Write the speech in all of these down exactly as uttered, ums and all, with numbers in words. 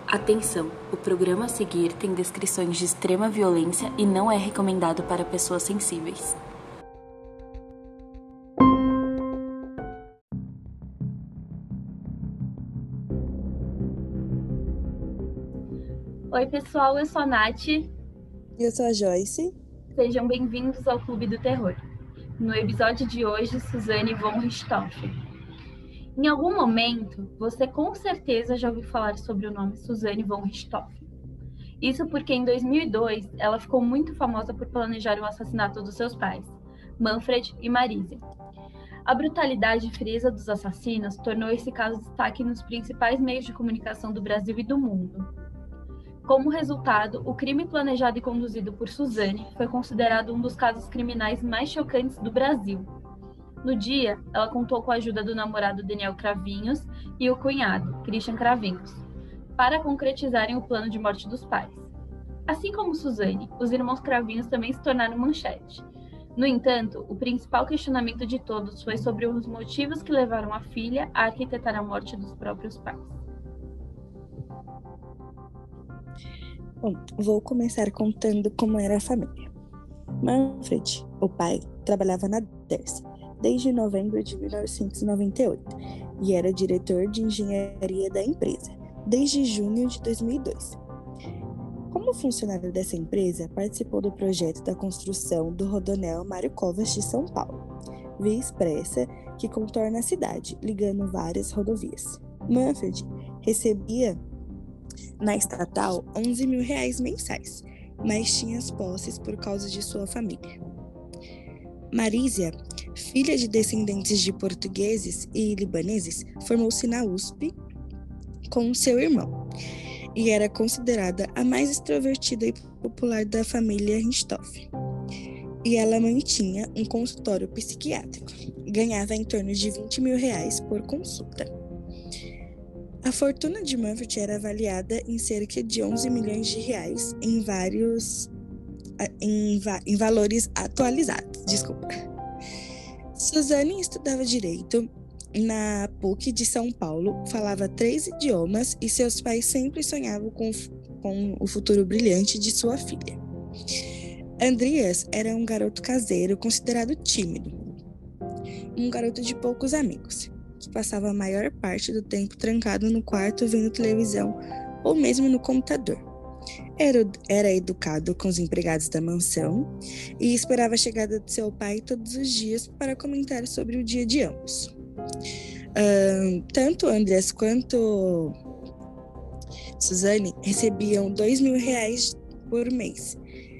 Atenção! O programa a seguir tem descrições de extrema violência e não é recomendado para pessoas sensíveis. Oi pessoal, eu sou a Nath. E eu sou a Joyce. Sejam bem-vindos ao Clube do Terror. No episódio de hoje, Suzanne von Richthofen. Em algum momento, você com certeza já ouviu falar sobre o nome Suzanne von Richthofen. Isso porque em dois mil e dois, ela ficou muito famosa por planejar o assassinato dos seus pais, Manfred e Marisa. A brutalidade e frieza dos assassinos tornou esse caso destaque nos principais meios de comunicação do Brasil e do mundo. Como resultado, o crime planejado e conduzido por Suzanne foi considerado um dos casos criminais mais chocantes do Brasil. No dia, ela contou com a ajuda do namorado Daniel Cravinhos e o cunhado, Christian Cravinhos, para concretizarem o plano de morte dos pais. Assim como Suzanne, os irmãos Cravinhos também se tornaram manchete. No entanto, o principal questionamento de todos foi sobre os motivos que levaram a filha a arquitetar a morte dos próprios pais. Bom, vou começar contando como era a família. Manfred, o pai, trabalhava na Dersa desde novembro de mil novecentos e noventa e oito e era diretor de engenharia da empresa desde junho de dois mil e dois. Como funcionário dessa empresa, participou do projeto da construção do Rodoanel Mário Covas de São Paulo, via expressa que contorna a cidade, ligando várias rodovias. Manfred recebia na estatal onze mil reais mensais, mas tinha as posses por causa de sua família. Marisa, filha de descendentes de portugueses e libaneses, formou-se na U S P com seu irmão e era considerada a mais extrovertida e popular da família Richthofen. E ela mantinha um consultório psiquiátrico, ganhava em torno de vinte mil reais por consulta. A fortuna de Manfred era avaliada em cerca de onze milhões de reais em vários em, em valores atualizados. Desculpa. Suzanne estudava direito na P U C de São Paulo, falava três idiomas e seus pais sempre sonhavam com, com o futuro brilhante de sua filha. Andreas era um garoto caseiro considerado tímido, um garoto de poucos amigos, que passava a maior parte do tempo trancado no quarto vendo televisão ou mesmo no computador. Era, era educado com os empregados da mansão e esperava a chegada de seu pai todos os dias para comentar sobre o dia de ambos. Uh, tanto Andreas quanto Suzanne recebiam dois mil reais por mês.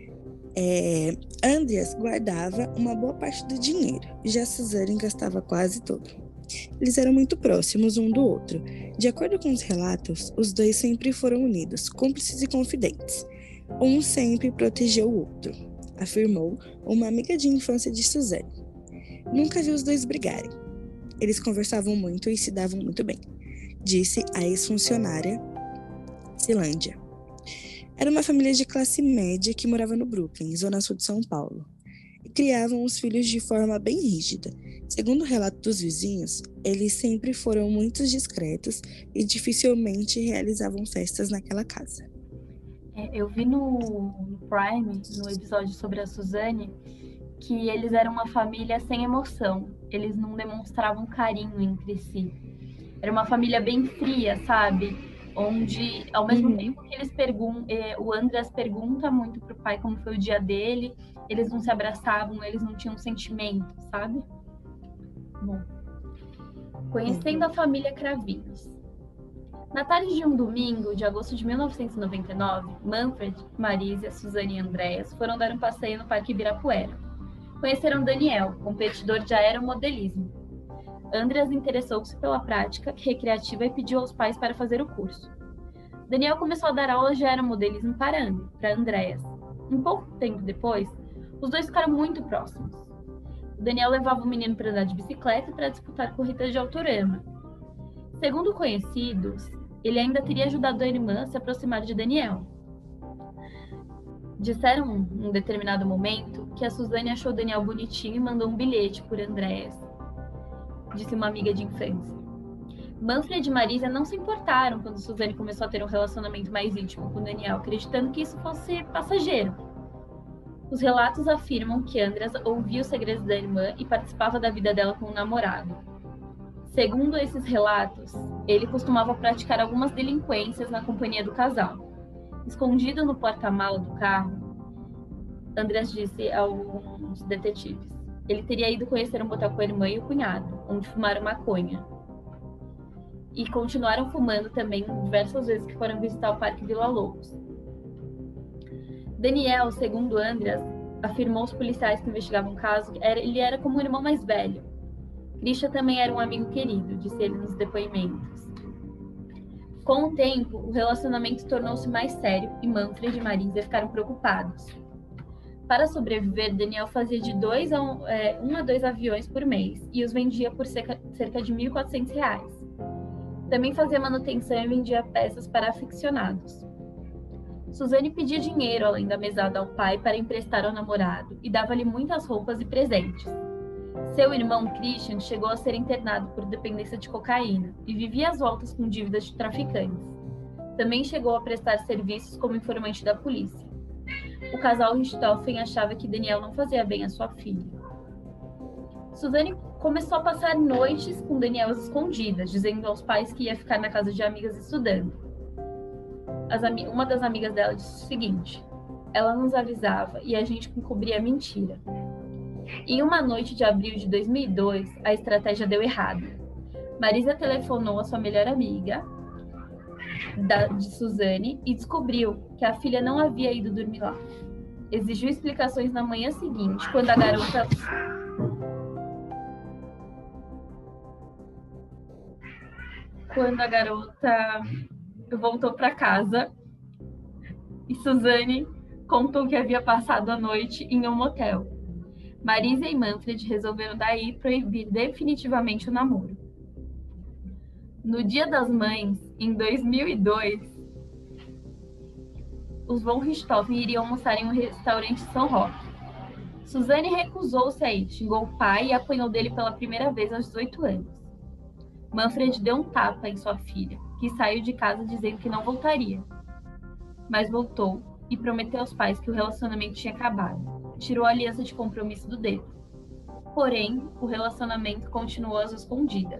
É, Andreas guardava uma boa parte do dinheiro, já Suzanne gastava quase todo. Eles eram muito próximos um do outro. De acordo com os relatos, os dois sempre foram unidos, cúmplices e confidentes. Um sempre protegeu o outro, afirmou uma amiga de infância de Suzanne. Nunca vi os dois brigarem. Eles conversavam muito e se davam muito bem, disse a ex-funcionária Silândia. Era uma família de classe média que morava no Brooklyn, zona sul de São Paulo, e criavam os filhos de forma bem rígida. Segundo o relato dos vizinhos, eles sempre foram muito discretos e dificilmente realizavam festas naquela casa. É, eu vi no, no Prime, no episódio sobre a Suzanne, que eles eram uma família sem emoção. Eles não demonstravam carinho entre si. Era uma família bem fria, sabe? Onde, ao mesmo uhum. tempo que eles perguntam, eh, o Andreas pergunta muito pro pai como foi o dia dele, eles não se abraçavam, eles não tinham sentimento, sabe? Bom, conhecendo a família Cravinhos. Na tarde de um domingo, de agosto de mil novecentos e noventa e nove, Manfred, Marisa, Suzanne e Andreas foram dar um passeio no Parque Ibirapuera. Conheceram Daniel, competidor de aeromodelismo. Andreas interessou-se pela prática recreativa e pediu aos pais para fazer o curso. Daniel começou a dar aulas de aeromodelismo para Andreas. Um pouco tempo depois, os dois ficaram muito próximos. O Daniel levava o menino para andar de bicicleta e para disputar corridas de autorama. Segundo conhecidos, ele ainda teria ajudado a irmã a se aproximar de Daniel. Disseram, em um determinado momento, que a Suzanne achou Daniel bonitinho e mandou um bilhete por Andreas, disse uma amiga de infância. Manfred e Marisa não se importaram quando Suzane começou a ter um relacionamento mais íntimo com Daniel, acreditando que isso fosse passageiro. Os relatos afirmam que Andreas ouvia os segredos da irmã e participava da vida dela com o namorado. Segundo esses relatos, ele costumava praticar algumas delinquências na companhia do casal. Escondido no porta-malas do carro, Andreas disse a alguns detetives. Ele teria ido conhecer um motel com a irmã e o cunhado, onde fumaram maconha. E continuaram fumando também diversas vezes que foram visitar o Parque Vila Lobos. Daniel, segundo Andreas, afirmou aos policiais que investigavam o caso que ele era como um irmão mais velho. Christian também era um amigo querido, disse ele nos depoimentos. Com o tempo, o relacionamento tornou-se mais sério e Manfred e Marisa ficaram preocupados. Para sobreviver, Daniel fazia de dois a um, é, um a dois aviões por mês e os vendia por cerca, cerca de mil e quatrocentos reais. Também fazia manutenção e vendia peças para aficionados. Suzane pedia dinheiro além da mesada ao pai para emprestar ao namorado e dava-lhe muitas roupas e presentes. Seu irmão Christian chegou a ser internado por dependência de cocaína e vivia às voltas com dívidas de traficantes. Também chegou a prestar serviços como informante da polícia. O casal Richthofen achava que Daniel não fazia bem à sua filha. Suzane começou a passar noites com Daniel às escondidas, dizendo aos pais que ia ficar na casa de amigas estudando. As ami- uma das amigas dela disse o seguinte: ela nos avisava e a gente encobria a mentira. Em uma noite de abril de dois mil e dois, a estratégia deu errado. Marisa telefonou a sua melhor amiga da, de Suzane e descobriu que a filha não havia ido dormir lá. Exigiu explicações na manhã seguinte, quando a garota... Quando a garota voltou para casa e Suzane contou que havia passado a noite em um motel. Marisa e Manfred resolveram daí proibir definitivamente o namoro. No Dia das Mães, em dois mil e dois, os von Richthofen iriam almoçar em um restaurante em São Roque. Suzane recusou-se a ir, xingou o pai e apanhou dele pela primeira vez aos dezoito anos. Manfred deu um tapa em sua filha, que saiu de casa dizendo que não voltaria. Mas voltou e prometeu aos pais que o relacionamento tinha acabado. Tirou a aliança de compromisso do dedo. Porém, o relacionamento continuou às escondidas.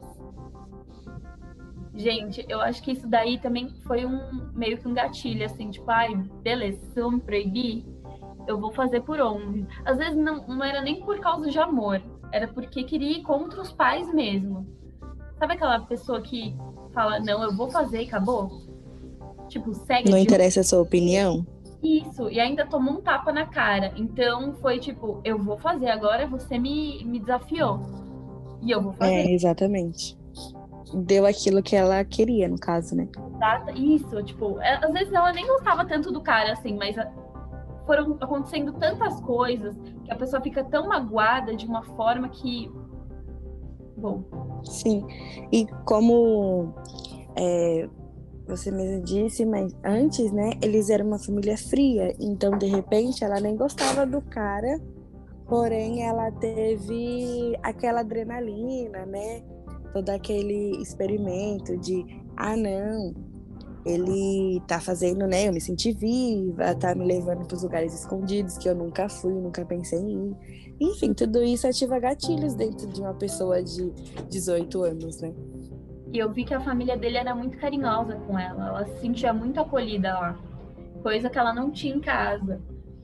Gente, eu acho que isso daí também foi um meio que um gatilho, assim, tipo, ai, beleza, se eu me proibir, eu vou fazer por onde? Às vezes não, não era nem por causa de amor, era porque queria ir contra os pais mesmo. Sabe aquela pessoa que fala, não, eu vou fazer e acabou? Tipo, segue. Não de... interessa a sua opinião? Isso, e ainda tomou um tapa na cara. Então foi tipo, eu vou fazer agora, você me, me desafiou. E eu vou fazer. É, exatamente. Deu aquilo que ela queria, no caso, né? Isso, tipo, às vezes ela nem gostava tanto do cara, assim, mas foram acontecendo tantas coisas que a pessoa fica tão magoada de uma forma que... Bom. Sim, e como é, você mesmo disse, mas antes, né, eles eram uma família fria, então de repente ela nem gostava do cara, porém ela teve aquela adrenalina, né, todo aquele experimento de, ah não, ele tá fazendo, né, eu me senti viva, tá me levando pros lugares escondidos que eu nunca fui, nunca pensei em ir. Enfim, tudo isso ativa gatilhos dentro de uma pessoa de dezoito anos, né? E eu vi que a família dele era muito carinhosa com ela, ela se sentia muito acolhida lá, coisa que ela não tinha em casa.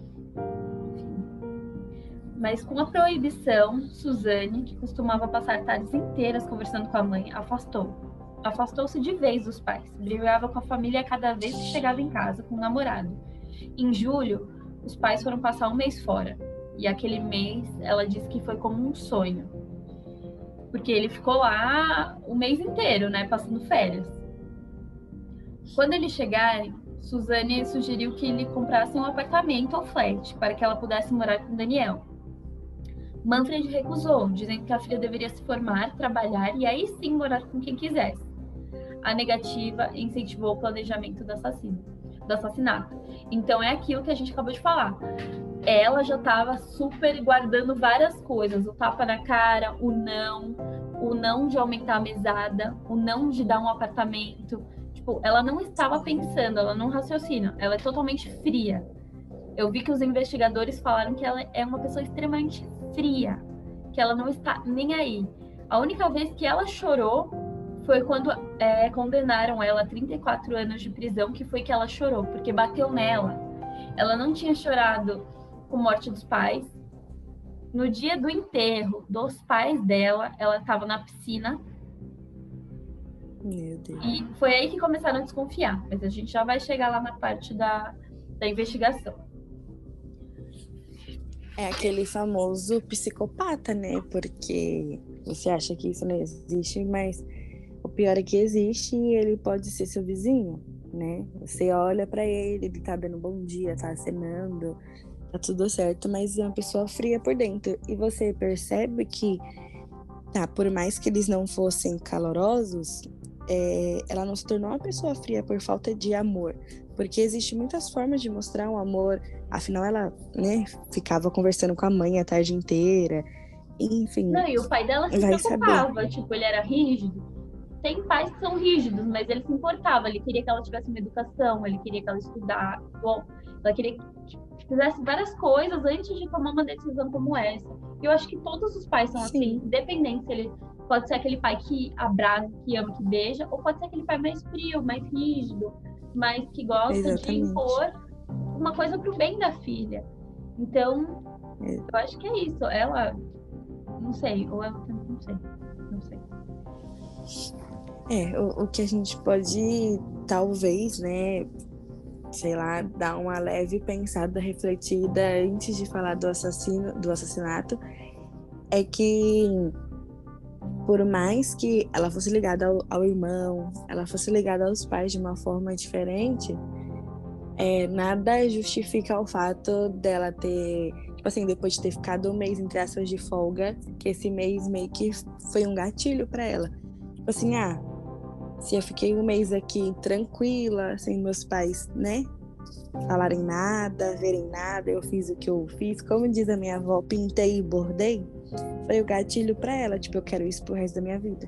Mas com a proibição, Suzane, que costumava passar tardes inteiras conversando com a mãe, afastou. Afastou-se de vez dos pais, brigava com a família cada vez que chegava em casa com o namorado. Em julho, os pais foram passar um mês fora. E aquele mês, ela disse que foi como um sonho. Porque ele ficou lá o mês inteiro, né, passando férias. Quando eles chegarem, Suzane sugeriu que ele comprasse um apartamento ou flat para que ela pudesse morar com Daniel. Manfred recusou, dizendo que a filha deveria se formar, trabalhar e aí sim morar com quem quisesse. A negativa incentivou o planejamento do assassino, do assassinato. Então é aquilo que a gente acabou de falar. Ela já estava super guardando várias coisas, o tapa na cara, o não, o não de aumentar a mesada, o não de dar um apartamento. Tipo, ela não estava pensando, ela não raciocina, ela é totalmente fria. Eu vi que os investigadores falaram que ela é uma pessoa extremamente fria, que ela não está nem aí. A única vez que ela chorou foi quando é, condenaram ela a trinta e quatro anos de prisão, que foi que ela chorou, porque bateu nela. Ela não tinha chorado com a morte dos pais. No dia do enterro dos pais dela, ela estava na piscina. Meu Deus. E foi aí que começaram a desconfiar. Mas a gente já vai chegar lá na parte da, da investigação. É aquele famoso psicopata, né? Porque você acha que isso não existe, mas o pior é que existe e ele pode ser seu vizinho, né? Você olha pra ele, ele tá dando bom dia, tá acenando, tá tudo certo, mas é uma pessoa fria por dentro. E você percebe que, tá, por mais que eles não fossem calorosos, é, ela não se tornou uma pessoa fria por falta de amor. Porque existe muitas formas de mostrar um amor. Afinal, ela, né, ficava conversando com a mãe a tarde inteira. Enfim. Não, e o pai dela se vai preocupava. saber. Tipo, ele era rígido. Tem pais que são rígidos, mas ele se importava. Ele queria que ela tivesse uma educação, ele queria que ela estudasse. Bom, ela queria que fizesse várias coisas antes de tomar uma decisão como essa. E eu acho que todos os pais são Sim. assim, independente se ele pode ser aquele pai que abraça, que ama, que beija, ou pode ser aquele pai mais frio, mais rígido, mas que gosta Exatamente. de impor uma coisa pro bem da filha. Então, É. eu acho que é isso. Ela, não sei, ou ela, não sei, não sei. É, o, o que a gente pode, talvez, né, sei lá, dar uma leve pensada, refletida antes de falar do assassino, do assassinato, é que por mais que ela fosse ligada ao, ao irmão, ela fosse ligada aos pais de uma forma diferente, é, nada justifica o fato dela ter, tipo assim, depois de ter ficado um mês, entre aspas, de folga, que esse mês meio que foi um gatilho pra ela. Tipo assim, ah, se eu fiquei um mês aqui tranquila, sem meus pais, né, falarem nada, verem nada, eu fiz o que eu fiz, como diz a minha avó, pintei e bordei, foi o gatilho pra ela, tipo, eu quero isso pro resto da minha vida.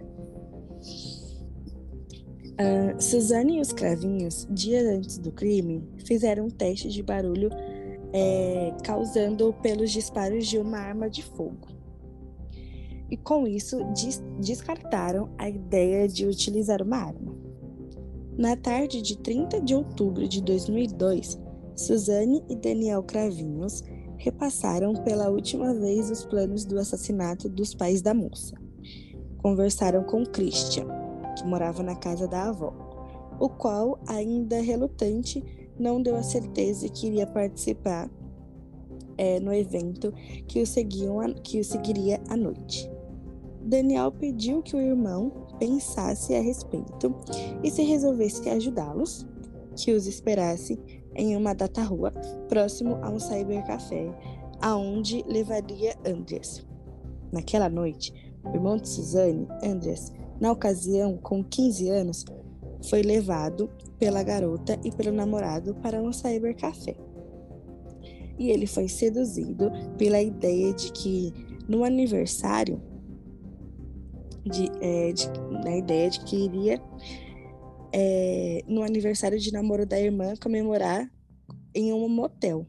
Uh, Suzane e os cravinhos, dias antes do crime, fizeram um teste de barulho é, causando pelos disparos de uma arma de fogo. E com isso, des- descartaram a ideia de utilizar uma arma. Na tarde de trinta de outubro de dois mil e dois, Suzane e Daniel Cravinhos repassaram pela última vez os planos do assassinato dos pais da moça. Conversaram com Christian, que morava na casa da avó, o qual, ainda relutante, não deu a certeza que iria participar é, no evento que o, seguiam a, que o seguiria à noite. Daniel pediu que o irmão pensasse a respeito e, se resolvesse ajudá-los, que os esperasse em uma data-rua próximo a um cybercafé, aonde levaria Andreas. Naquela noite, o irmão de Suzane, Andreas, na ocasião com quinze anos, foi levado pela garota e pelo namorado para um cybercafé. E ele foi seduzido pela ideia de que no aniversário de, é, de, na ideia de que iria é, no aniversário de namoro da irmã comemorar em um motel.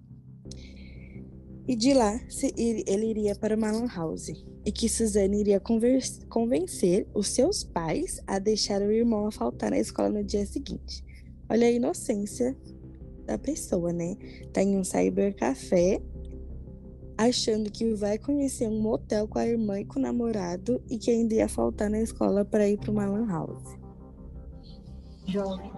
E de lá se, ele iria para uma lan house e que Suzane iria converse, convencer os seus pais a deixar o irmão a faltar na escola no dia seguinte. Olha a inocência da pessoa, né? Tá em um cybercafé achando que vai conhecer um motel com a irmã e com o namorado e que ainda ia faltar na escola para ir para uma lan house. Jovens.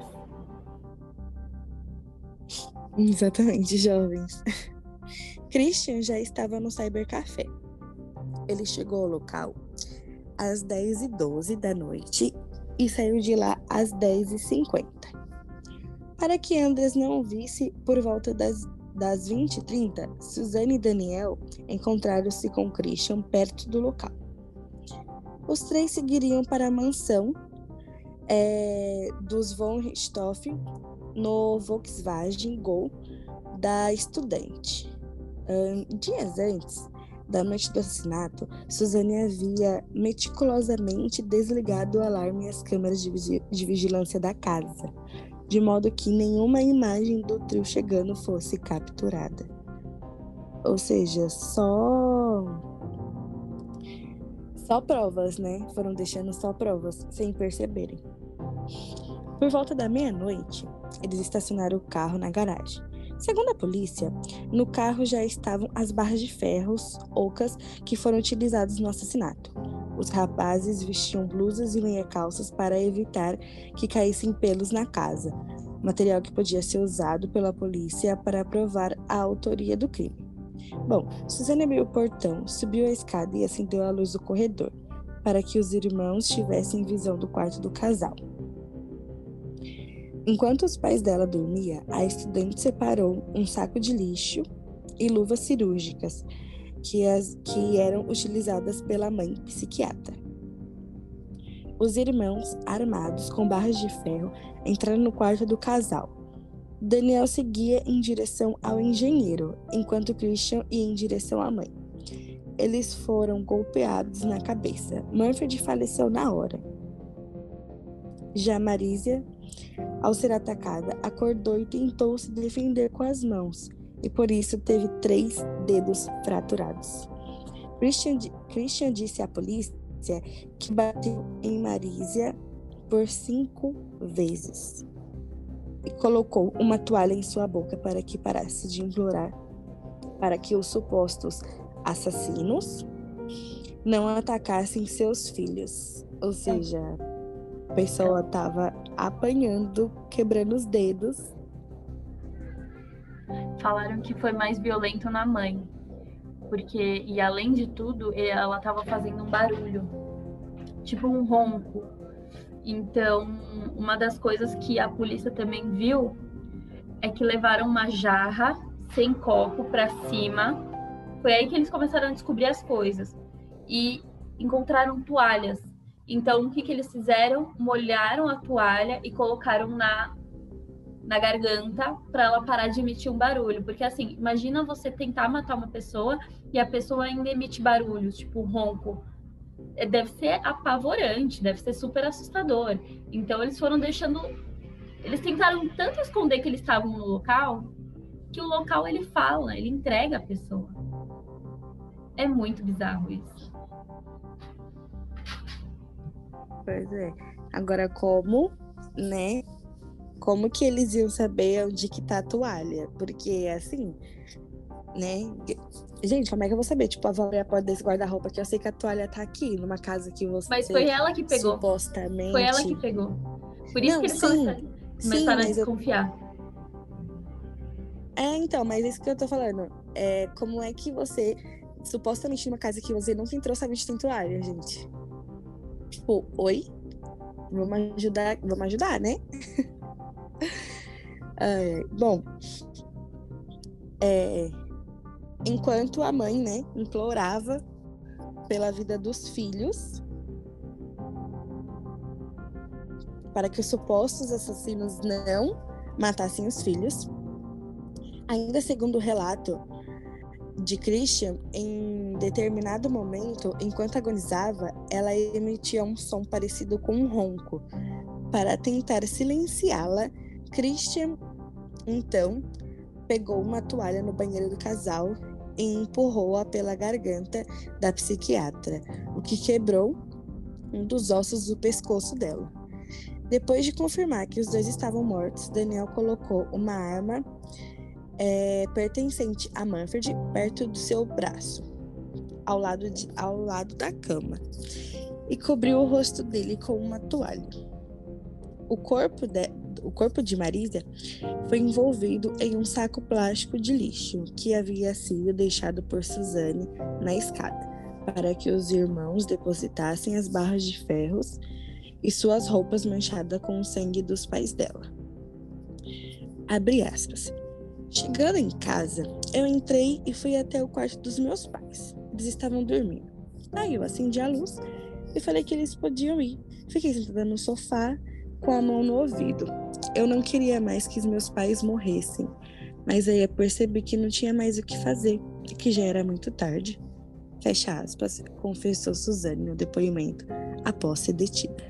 Exatamente, jovens. Christian já estava no cybercafé. Ele chegou ao local às dez e doze da noite e saiu de lá às dez e cinquenta. Para que Andreas não o visse, por volta das, das vinte e trinta, Suzane e Daniel encontraram-se com Christian perto do local. Os três seguiriam para a mansão é, dos von Richthofen no Volkswagen Gol da estudante. Um, dias antes, da noite do assassinato, Suzane havia meticulosamente desligado o alarme e as câmeras de, vigi- de vigilância da casa, de modo que nenhuma imagem do trio chegando fosse capturada. Ou seja, só só provas, né? Foram deixando só provas, sem perceberem. Por volta da meia-noite, eles estacionaram o carro na garagem. Segundo a polícia, no carro já estavam as barras de ferros ocas que foram utilizadas no assassinato. Os rapazes vestiam blusas e meia-calças para evitar que caíssem pelos na casa, material que podia ser usado pela polícia para provar a autoria do crime. Bom, Suzane abriu o portão, subiu a escada e acendeu a luz do corredor, para que os irmãos tivessem visão do quarto do casal. Enquanto os pais dela dormiam, a estudante separou um saco de lixo e luvas cirúrgicas que, as, que eram utilizadas pela mãe psiquiatra. Os irmãos, armados com barras de ferro, entraram no quarto do casal. Daniel seguia em direção ao engenheiro, enquanto Christian ia em direção à mãe. Eles foram golpeados na cabeça. Manfred faleceu na hora. Já Marisa, ao ser atacada, acordou e tentou se defender com as mãos, e por isso teve três dedos fraturados. Christian, Christian disse à polícia que bateu em Marisa por cinco vezes e colocou uma toalha em sua boca para que parasse de implorar para que os supostos assassinos não atacassem seus filhos. Ou seja, a pessoa estava apanhando, quebrando os dedos. Falaram que foi mais violento na mãe, porque, e além de tudo, ela estava fazendo um barulho, tipo um ronco. Então, uma das coisas que a polícia também viu é que levaram uma jarra sem copo para cima. Foi aí que eles começaram a descobrir as coisas. E encontraram toalhas. Então, o que, que eles fizeram? Molharam a toalha e colocaram na, na garganta para ela parar de emitir um barulho. Porque, assim, imagina você tentar matar uma pessoa e a pessoa ainda emite barulhos, tipo ronco. Deve ser apavorante, deve ser super assustador. Então eles foram deixando, eles tentaram tanto esconder que eles estavam no local, que o local ele fala, ele entrega a pessoa. É muito bizarro isso. Pois é. Agora como, né? Como que eles iam saber onde que tá a toalha? Porque assim, né? Gente, como é que eu vou saber? Tipo, a abrir a porta desse guarda-roupa que eu sei que a toalha tá aqui, numa casa que você... Mas foi ela que pegou. Supostamente... Foi ela que pegou. Por isso Não, que eles sim, começaram, começaram sim, a desconfiar. Eu... É, então, mas é isso que eu tô falando. É, como é que você... Supostamente numa casa que você não entrou, sabe onde tem toalha, gente? Tipo, oi? Vamos ajudar, vamos ajudar, né? é, bom... É... Enquanto a mãe, né, implorava pela vida dos filhos, para que os supostos assassinos não matassem os filhos. Ainda segundo o relato de Christian, em determinado momento, enquanto agonizava, ela emitia um som parecido com um ronco. Para tentar silenciá-la, Christian, então, pegou uma toalha no banheiro do casal e empurrou-a pela garganta da psiquiatra, o que quebrou um dos ossos do pescoço dela. Depois de confirmar que os dois estavam mortos, Daniel colocou uma arma é, pertencente a Manfred perto do seu braço, ao lado, de, ao lado da cama, e cobriu o rosto dele com uma toalha. O corpo de, o corpo de Marisa foi envolvido em um saco plástico de lixo que havia sido deixado por Suzane na escada, para que os irmãos depositassem as barras de ferros e suas roupas manchadas com o sangue dos pais dela. Abre aspas. Chegando em casa, eu entrei e fui até o quarto dos meus pais. Eles estavam dormindo. Aí eu acendi a luz e falei que eles podiam ir. Fiquei sentada no sofá com a mão no ouvido. Eu não queria mais que os meus pais morressem, mas aí eu percebi que não tinha mais o que fazer e que já era muito tarde. Fecha aspas, confessou Suzane no depoimento após ser detida.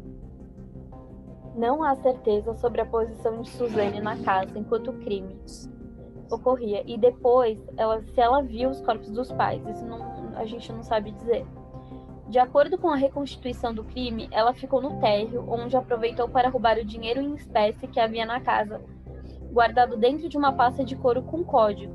Não há certeza sobre a posição de Suzane na casa enquanto o crime ocorria. E depois, ela, se ela viu os corpos dos pais, isso não, a gente não sabe dizer. De acordo com a reconstituição do crime, ela ficou no térreo, onde aproveitou para roubar o dinheiro em espécie que havia na casa, guardado dentro de uma pasta de couro com código.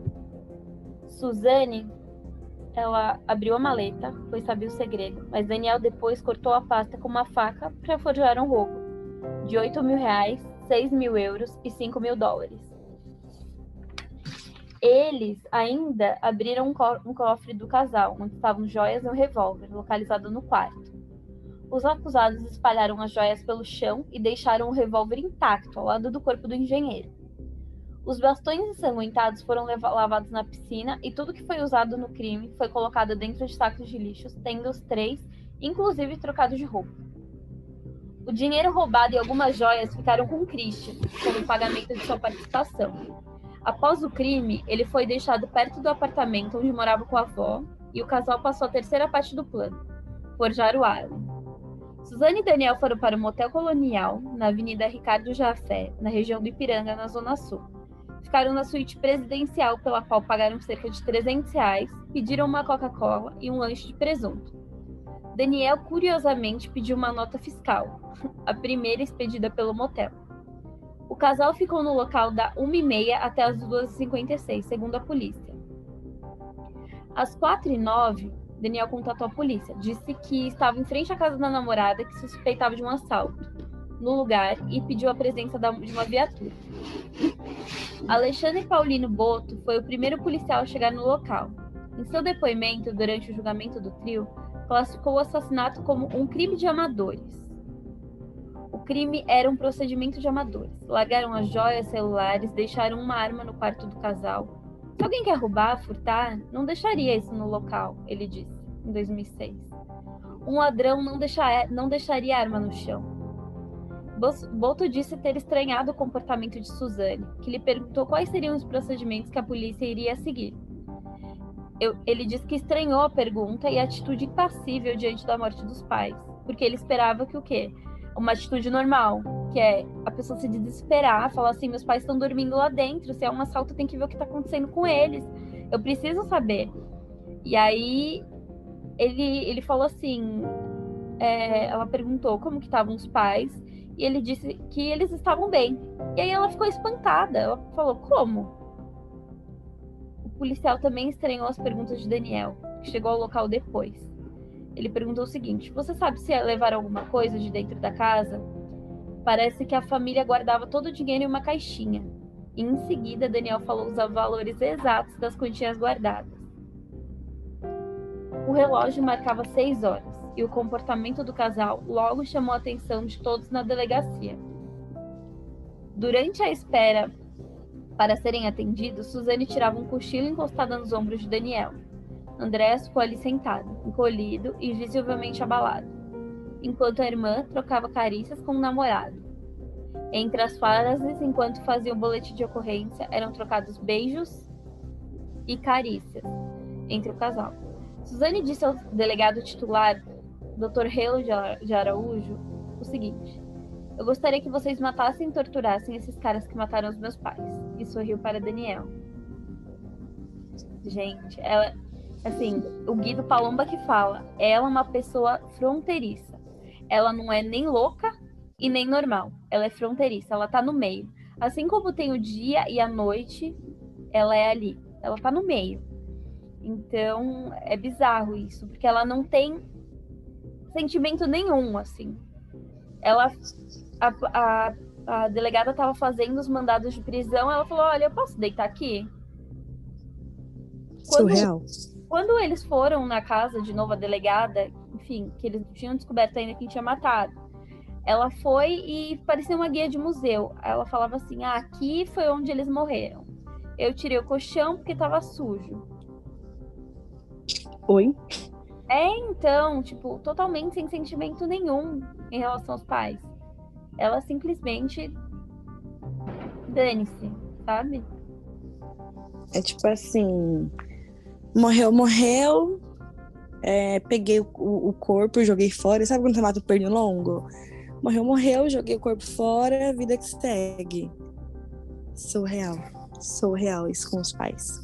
Suzane, ela abriu a maleta, pois sabia o segredo, mas Daniel depois cortou a pasta com uma faca para forjar um roubo de oito mil reais, seis mil euros e cinco mil dólares. Eles ainda abriram um, co- um cofre do casal, onde estavam joias e um revólver, localizado no quarto. Os acusados espalharam as joias pelo chão e deixaram o revólver intacto ao lado do corpo do engenheiro. Os bastões ensanguentados foram leva- lavados na piscina e tudo que foi usado no crime foi colocado dentro de sacos de lixos, tendo os três, inclusive, trocados de roupa. O dinheiro roubado e algumas joias ficaram com Christian, como pagamento de sua participação. Após o crime, ele foi deixado perto do apartamento onde morava com a avó e o casal passou a terceira parte do plano, forjar o Arlen. Suzane e Daniel foram para o Motel Colonial, na Avenida Ricardo Jafé, na região do Ipiranga, na Zona Sul. Ficaram na suíte presidencial, pela qual pagaram cerca de trezentos reais, pediram uma Coca-Cola e um lanche de presunto. Daniel, curiosamente, pediu uma nota fiscal, a primeira expedida pelo motel. O casal ficou no local da uma e meia até as duas e cinquenta e seis, segundo a polícia. Às quatro e nove, Daniel contatou a polícia. Disse que estava em frente à casa da namorada, que se suspeitava de um assalto no lugar, e pediu a presença de uma viatura. Alexandre Paulino Boto foi o primeiro policial a chegar no local. Em seu depoimento, durante o julgamento do trio, classificou o assassinato como um crime de amadores. O crime era um procedimento de amadores. Largaram as joias, celulares, deixaram uma arma no quarto do casal. Se alguém quer roubar, furtar, não deixaria isso no local, ele disse, em dois mil e seis. Um ladrão não, deixar, não deixaria arma no chão. Boto disse ter estranhado o comportamento de Suzane, que lhe perguntou quais seriam os procedimentos que a polícia iria seguir. Eu, ele disse que estranhou a pergunta e a atitude impassível diante da morte dos pais, porque ele esperava que o quê? Uma atitude normal, que é a pessoa se desesperar, falar assim, meus pais estão dormindo lá dentro, se é um assalto tem que ver o que está acontecendo com eles, eu preciso saber. E aí ele, ele falou assim, é, ela perguntou como que estavam os pais, e ele disse que eles estavam bem. E aí ela ficou espantada, ela falou, como? O policial também estranhou as perguntas de Daniel, que chegou ao local depois. Ele perguntou o seguinte, você sabe se levaram alguma coisa de dentro da casa? Parece que a família guardava todo o dinheiro em uma caixinha. E em seguida, Daniel falou os valores exatos das quantias guardadas. O relógio marcava seis horas, e o comportamento do casal logo chamou a atenção de todos na delegacia. Durante a espera para serem atendidos, Suzane tirava um cochilo encostada nos ombros de Daniel. Andrés ficou ali sentado, encolhido e visivelmente abalado, enquanto a irmã trocava carícias com o namorado. Entre as frases, enquanto faziam o boletim de ocorrência, eram trocados beijos e carícias entre o casal. Suzane disse ao delegado titular, doutor Helo de Araújo, o seguinte: eu gostaria que vocês matassem e torturassem esses caras que mataram os meus pais. E sorriu para Daniel. Gente, ela, assim, o Guido Palomba que fala, ela é uma pessoa fronteiriça. Ela não é nem louca e nem normal. Ela é fronteiriça, ela tá no meio. Assim como tem o dia e a noite, ela é ali. Ela tá no meio. Então, é bizarro isso, porque ela não tem sentimento nenhum, assim. Ela, a, a, a delegada estava fazendo os mandados de prisão, ela falou, olha, eu posso deitar aqui? Quando, Surreal. Quando eles foram na casa, de novo, a delegada, enfim, que eles tinham descoberto ainda quem tinha matado, ela foi e parecia uma guia de museu. Ela falava assim, ah, aqui foi onde eles morreram. Eu tirei o colchão porque estava sujo. Oi? É, então, tipo, totalmente sem sentimento nenhum em relação aos pais. Ela simplesmente dane-se, sabe? É tipo assim, Morreu, morreu. É, peguei o, o corpo, joguei fora. Sabe quando você mata o pernilongo? Morreu, morreu, joguei o corpo fora, vida que segue. Surreal. Surreal isso com os pais.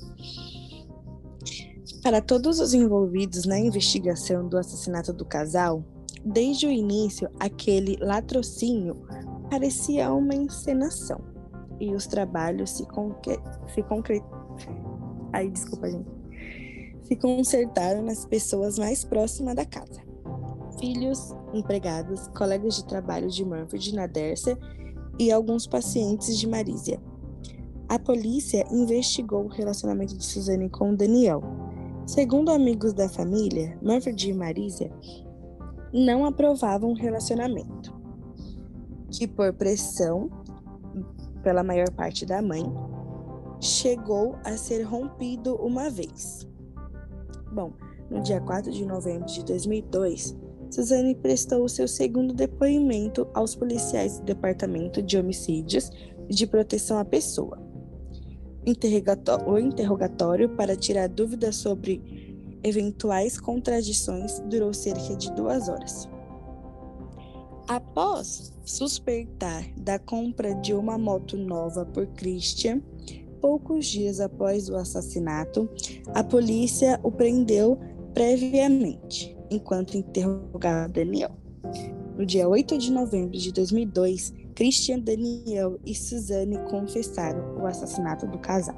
Para todos os envolvidos na investigação do assassinato do casal, desde o início, aquele latrocínio parecia uma encenação. E os trabalhos se, conque... se concre... Ai, desculpa, gente. Se concertaram nas pessoas mais próximas da casa. Filhos, empregados, colegas de trabalho de Mumford e Nadersa e alguns pacientes de Marisia. A polícia investigou o relacionamento de Suzanne com Daniel. Segundo amigos da família, Mumford e Marisia não aprovavam o relacionamento, que por pressão, pela maior parte da mãe, chegou a ser rompido uma vez. Bom, no dia quatro de novembro de dois mil e dois, Suzanne prestou o seu segundo depoimento aos policiais do Departamento de Homicídios e de Proteção à Pessoa. O interrogatório para tirar dúvidas sobre eventuais contradições durou cerca de duas horas. Após suspeitar da compra de uma moto nova por Christian, poucos dias após o assassinato, a polícia o prendeu previamente, enquanto interrogava Daniel. No dia oito de novembro de dois mil e dois, Christian, Daniel e Suzanne confessaram o assassinato do casal.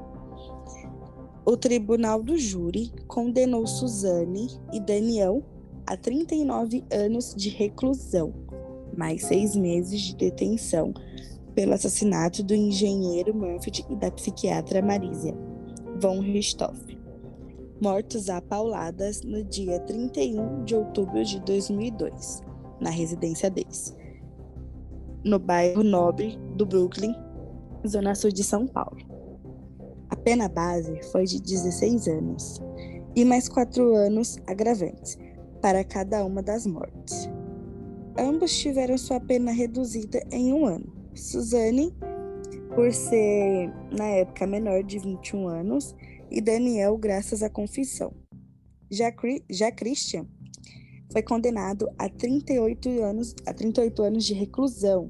O tribunal do júri condenou Suzanne e Daniel a trinta e nove anos de reclusão, mais seis meses de detenção, pelo assassinato do engenheiro Mumford e da psiquiatra Marisia von Richthofen, mortos a pauladas no dia trinta e um de outubro de dois mil e dois, na residência deles, no bairro Nobre do Brooklyn, zona sul de São Paulo. A pena base foi de dezesseis anos e mais quatro anos agravantes para cada uma das mortes. Ambos tiveram sua pena reduzida em um ano. Suzanne, por ser, na época, menor de vinte e um anos, e Daniel, graças à confissão. Já, já Christian foi condenado a trinta e oito anos, a trinta e oito anos de reclusão,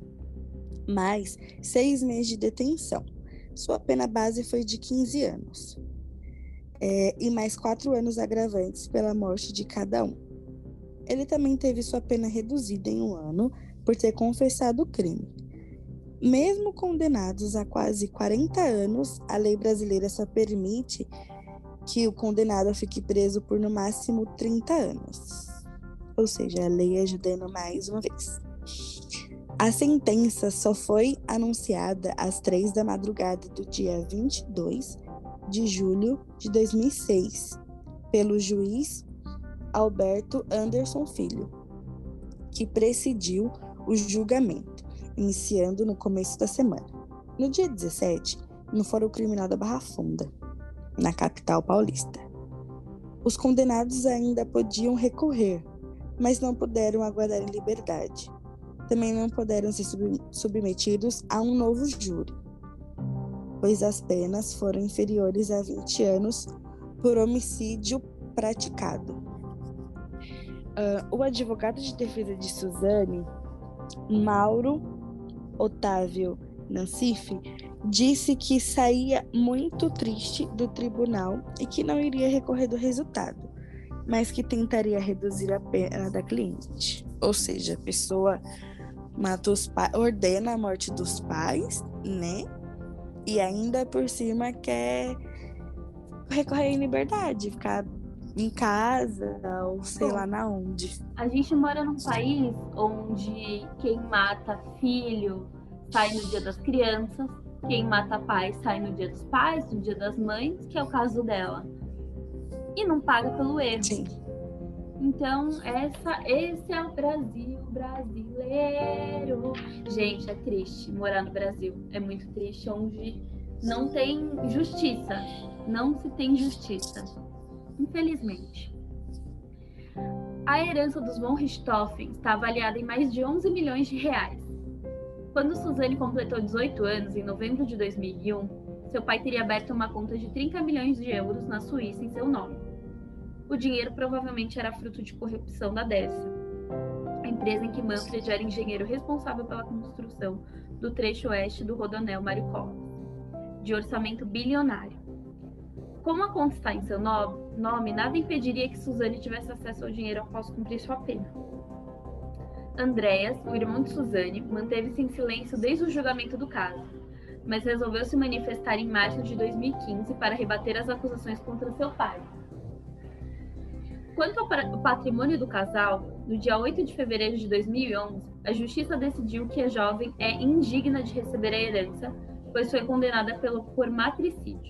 mais seis meses de detenção. Sua pena base foi de quinze anos, é, e mais quatro anos agravantes pela morte de cada um. Ele também teve sua pena reduzida em um ano por ter confessado o crime. Mesmo condenados a quase quarenta anos, a lei brasileira só permite que o condenado fique preso por no máximo trinta anos. Ou seja, a lei ajudando mais uma vez. A sentença só foi anunciada às três da madrugada do dia vinte e dois de julho de dois mil e seis, pelo juiz Alberto Anderson Filho, que presidiu o julgamento, iniciando no começo da semana. No dia dezessete, no Fórum Criminal da Barra Funda, na capital paulista. Os condenados ainda podiam recorrer, mas não puderam aguardar em liberdade. Também não puderam ser sub- submetidos a um novo júri, pois as penas foram inferiores a vinte anos por homicídio praticado. Uh, o advogado de defesa de Suzanne, Mauro Otávio Nassif, disse que saía muito triste do tribunal e que não iria recorrer do resultado, mas que tentaria reduzir a pena da cliente. Ou seja, a pessoa mata os pa- ordena a morte dos pais, né? E ainda por cima quer recorrer em liberdade, ficar em casa ou sei lá na onde. A gente mora num país onde quem mata filho sai no dia das crianças, quem mata pai sai no dia dos pais, no dia das mães, que é o caso dela. E não paga pelo erro. Sim. Então, essa, esse é o Brasil brasileiro. Gente, é triste morar no Brasil. É muito triste, onde não tem justiça. Não se tem justiça. Infelizmente. A herança dos von Richthofen está avaliada em mais de onze milhões de reais. Quando Suzanne completou dezoito anos, em novembro de dois mil e um, seu pai teria aberto uma conta de trinta milhões de euros na Suíça em seu nome. O dinheiro provavelmente era fruto de corrupção da Dersa, a empresa em que Manfred era engenheiro responsável pela construção do trecho oeste do Rodoanel Mário Covas, de orçamento bilionário. Como a conta está em seu nome, nada impediria que Suzane tivesse acesso ao dinheiro após cumprir sua pena. Andreas, o irmão de Suzane, manteve-se em silêncio desde o julgamento do caso, mas resolveu se manifestar em março de dois mil e quinze para rebater as acusações contra seu pai. Quanto ao patrimônio do casal, no dia oito de fevereiro de dois mil e onze, a justiça decidiu que a jovem é indigna de receber a herança, pois foi condenada pelo, por matricídio.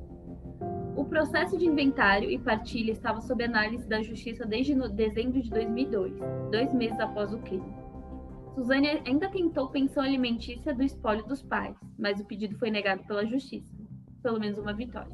O processo de inventário e partilha estava sob análise da justiça desde no dezembro de dois mil e dois, dois meses após o crime. Suzane ainda tentou pensão alimentícia do espólio dos pais, mas o pedido foi negado pela justiça. Pelo menos uma vitória.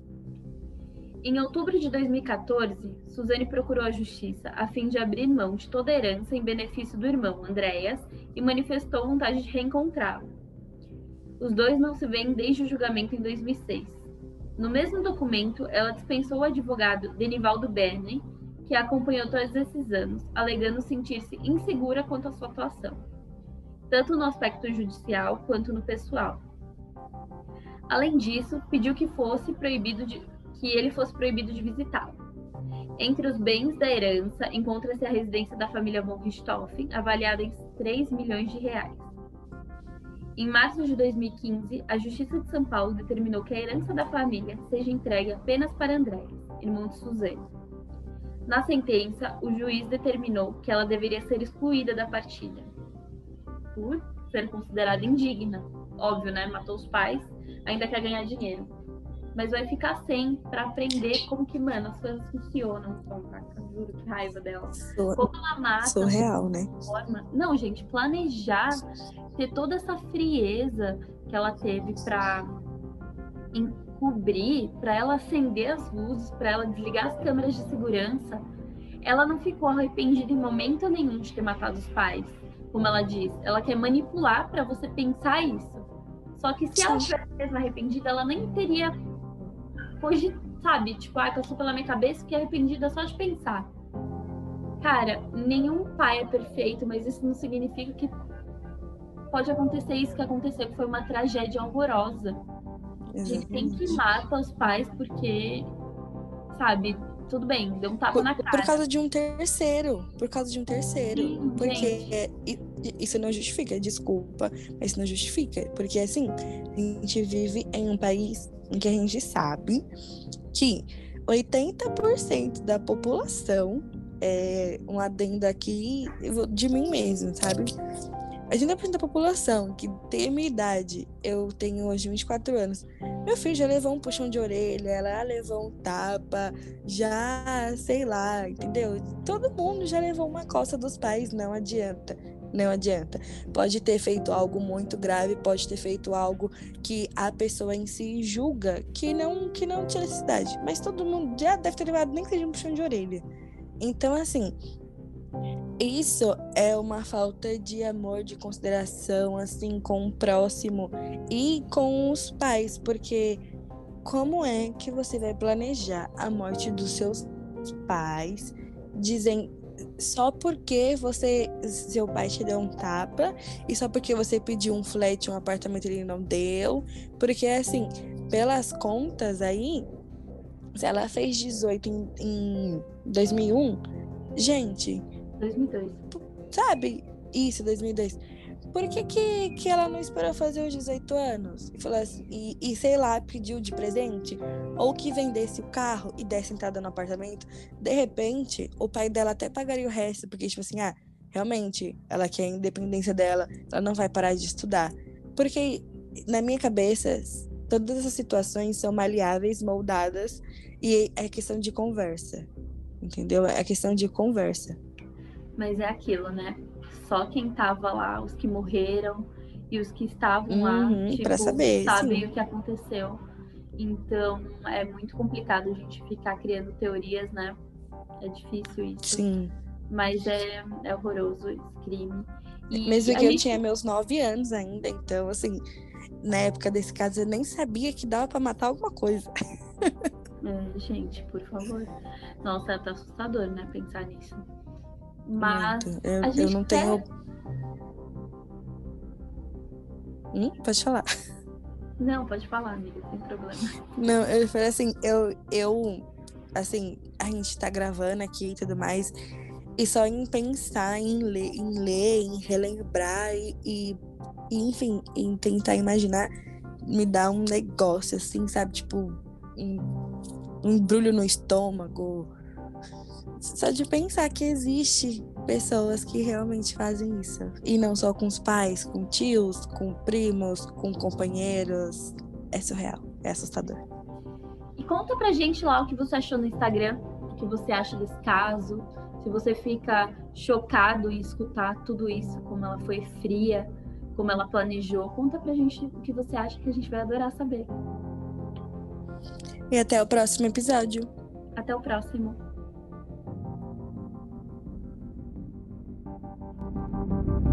Em outubro de dois mil e quatorze, Suzane procurou a justiça a fim de abrir mão de toda a herança em benefício do irmão, Andreas, e manifestou vontade de reencontrá-lo. Os dois não se veem desde o julgamento em dois mil e seis. No mesmo documento, ela dispensou o advogado Denivaldo Berni, que a acompanhou todos esses anos, alegando sentir-se insegura quanto à sua atuação, tanto no aspecto judicial quanto no pessoal. Além disso, pediu que fosse proibido de que ele fosse proibido de visitá-lo. Entre os bens da herança, encontra-se a residência da família von Richthofen, avaliada em três milhões de reais. Em março de dois mil e quinze, a Justiça de São Paulo determinou que a herança da família seja entregue apenas para Andréas, irmão de Suzane. Na sentença, o juiz determinou que ela deveria ser excluída da partilha, por ser considerada indigna. Óbvio, né? Matou os pais, ainda quer ganhar dinheiro. Mas vai ficar sem pra aprender como que, mano, as coisas funcionam. Então, cara, juro, que raiva dela. Sou, como ela mata. Surreal, né? Forma. Não, gente, planejar, ter toda essa frieza que ela teve pra encobrir, pra ela acender as luzes, pra ela desligar as câmeras de segurança. Ela não ficou arrependida em momento nenhum de ter matado os pais, como ela diz. Ela quer manipular pra você pensar isso. Só que se ela tivesse mesmo arrependida, ela nem teria hoje, sabe, tipo, ah, passou pela minha cabeça, fiquei arrependida só de pensar. Cara, nenhum pai é perfeito, mas isso não significa que pode acontecer isso que aconteceu, que foi uma tragédia horrorosa. Exatamente. A gente tem que matar os pais porque, sabe, tudo bem, deu um tapa por, na cara. Por causa de um terceiro, por causa de um terceiro. Sim, porque é, isso não justifica, desculpa, mas isso não justifica. Porque, assim, a gente vive em um país em que a gente sabe que oitenta por cento da população, é um adendo aqui de mim mesmo, sabe? oitenta por cento da população que tem a minha idade, eu tenho hoje vinte e quatro anos, meu filho já levou um puxão de orelha, ela levou um tapa, já, sei lá, entendeu? Todo mundo já levou uma coça dos pais, não adianta. Não adianta. Pode ter feito algo muito grave, pode ter feito algo que a pessoa em si julga que não, que não tinha necessidade. Mas todo mundo já deve ter levado nem que seja um puxão de orelha. Então, assim, isso é uma falta de amor, de consideração, assim, com o próximo e com os pais. Porque como é que você vai planejar a morte dos seus pais, dizem só porque você, seu pai te deu um tapa e só porque você pediu um flat, um apartamento ele não deu, porque assim, pelas contas aí, se ela fez dezoito em, em dois mil e um, gente, dois mil e dois, sabe, isso, dois mil e dois, por que que, que ela não esperou fazer os dezoito anos e, falou assim, e, e sei lá, pediu de presente, ou que vendesse o carro e desse entrada no apartamento? De repente, o pai dela até pagaria o resto, porque tipo assim, ah, realmente, ela quer a independência dela, ela não vai parar de estudar. Porque na minha cabeça, todas essas situações são maleáveis, moldadas, e é questão de conversa, entendeu? É questão de conversa. Mas é aquilo, né? Só quem tava lá, os que morreram e os que estavam lá, uhum, tipo, pra saber, sabem sim. o que aconteceu. Então, é muito complicado a gente ficar criando teorias, né? É difícil isso. Sim. Mas é, é horroroso esse crime. E Mesmo a que eu gente- tinha meus nove anos ainda, então, assim, na época desse caso eu nem sabia que dava pra matar alguma coisa. É, gente, por favor. Nossa, tá assustador, né, pensar nisso. Mas Muito. Eu, a eu gente não quer... tenho. Hum, pode falar. Não, pode falar, amiga, sem problema. Não, eu falei assim, eu, eu, assim, a gente tá gravando aqui e tudo mais, e só em pensar em ler, em ler, em relembrar e, e, e, enfim, em tentar imaginar, me dá um negócio, assim, sabe? Tipo, um, um embrulho no estômago. Só de pensar que existe pessoas que realmente fazem isso. E não só com os pais, com tios, com primos, com companheiros. É surreal, é assustador. E conta pra gente lá o que você achou no Instagram, o que você acha desse caso, se você fica chocado em escutar tudo isso, como ela foi fria, como ela planejou. Conta pra gente o que você acha, que a gente vai adorar saber. E até o próximo episódio. Até o próximo.